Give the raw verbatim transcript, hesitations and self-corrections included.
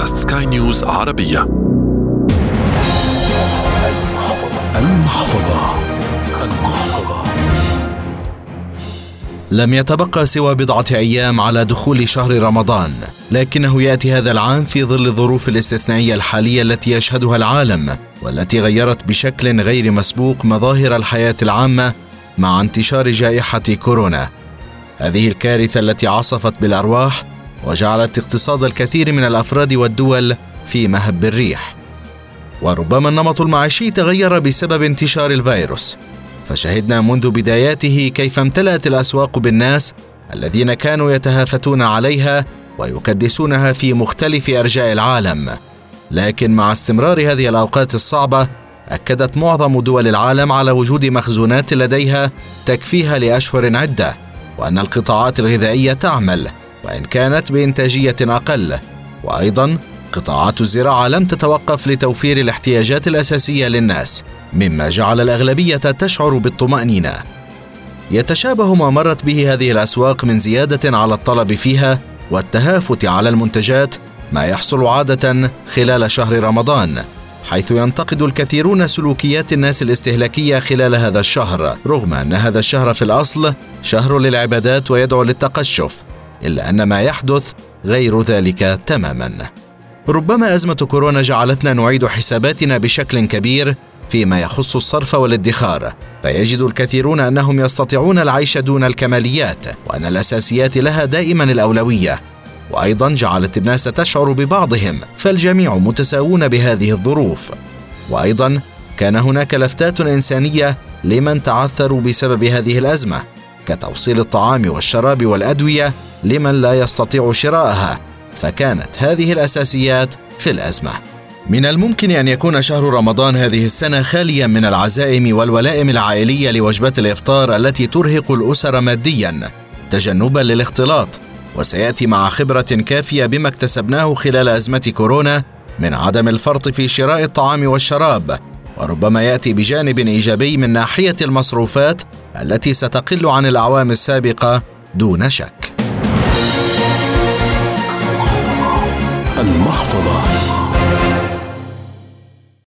بودكاست سكاي نيوز عربية. المحفظة. المحفظة. لم يتبقى سوى بضعة أيام على دخول شهر رمضان، لكنه يأتي هذا العام في ظل الظروف الاستثنائية الحالية التي يشهدها العالم، والتي غيرت بشكل غير مسبوق مظاهر الحياة العامة مع انتشار جائحة كورونا. هذه الكارثة التي عصفت بالأرواح وجعلت اقتصاد الكثير من الأفراد والدول في مهب الريح. وربما النمط المعيشي تغير بسبب انتشار الفيروس، فشهدنا منذ بداياته كيف امتلأت الأسواق بالناس الذين كانوا يتهافتون عليها ويكدسونها في مختلف أرجاء العالم. لكن مع استمرار هذه الأوقات الصعبة، أكدت معظم دول العالم على وجود مخزونات لديها تكفيها لأشهر عدة، وأن القطاعات الغذائية تعمل وإن كانت بإنتاجية أقل. وأيضا قطاعات الزراعة لم تتوقف لتوفير الاحتياجات الأساسية للناس، مما جعل الأغلبية تشعر بالطمأنينة. يتشابه ما مرت به هذه الأسواق من زيادة على الطلب فيها والتهافت على المنتجات ما يحصل عادة خلال شهر رمضان، حيث ينتقد الكثيرون سلوكيات الناس الاستهلاكية خلال هذا الشهر، رغم أن هذا الشهر في الأصل شهر للعبادات ويدعو للتقشف، إلا أن ما يحدث غير ذلك تماما. ربما أزمة كورونا جعلتنا نعيد حساباتنا بشكل كبير فيما يخص الصرف والادخار، فيجد الكثيرون أنهم يستطيعون العيش دون الكماليات، وأن الأساسيات لها دائما الأولوية. وأيضا جعلت الناس تشعر ببعضهم، فالجميع متساوون بهذه الظروف. وأيضا كان هناك لفتات إنسانية لمن تعثروا بسبب هذه الأزمة، كتوصيل الطعام والشراب والأدوية لمن لا يستطيع شراءها، فكانت هذه الأساسيات في الأزمة. من الممكن أن يكون شهر رمضان هذه السنة خاليا من العزائم والولائم العائلية لوجبات الإفطار التي ترهق الأسر ماديا تجنبا للاختلاط، وسيأتي مع خبرة كافية بما اكتسبناه خلال أزمة كورونا من عدم الفرط في شراء الطعام والشراب، وربما يأتي بجانب إيجابي من ناحية المصروفات التي ستقل عن الأعوام السابقة دون شك. المحفظة.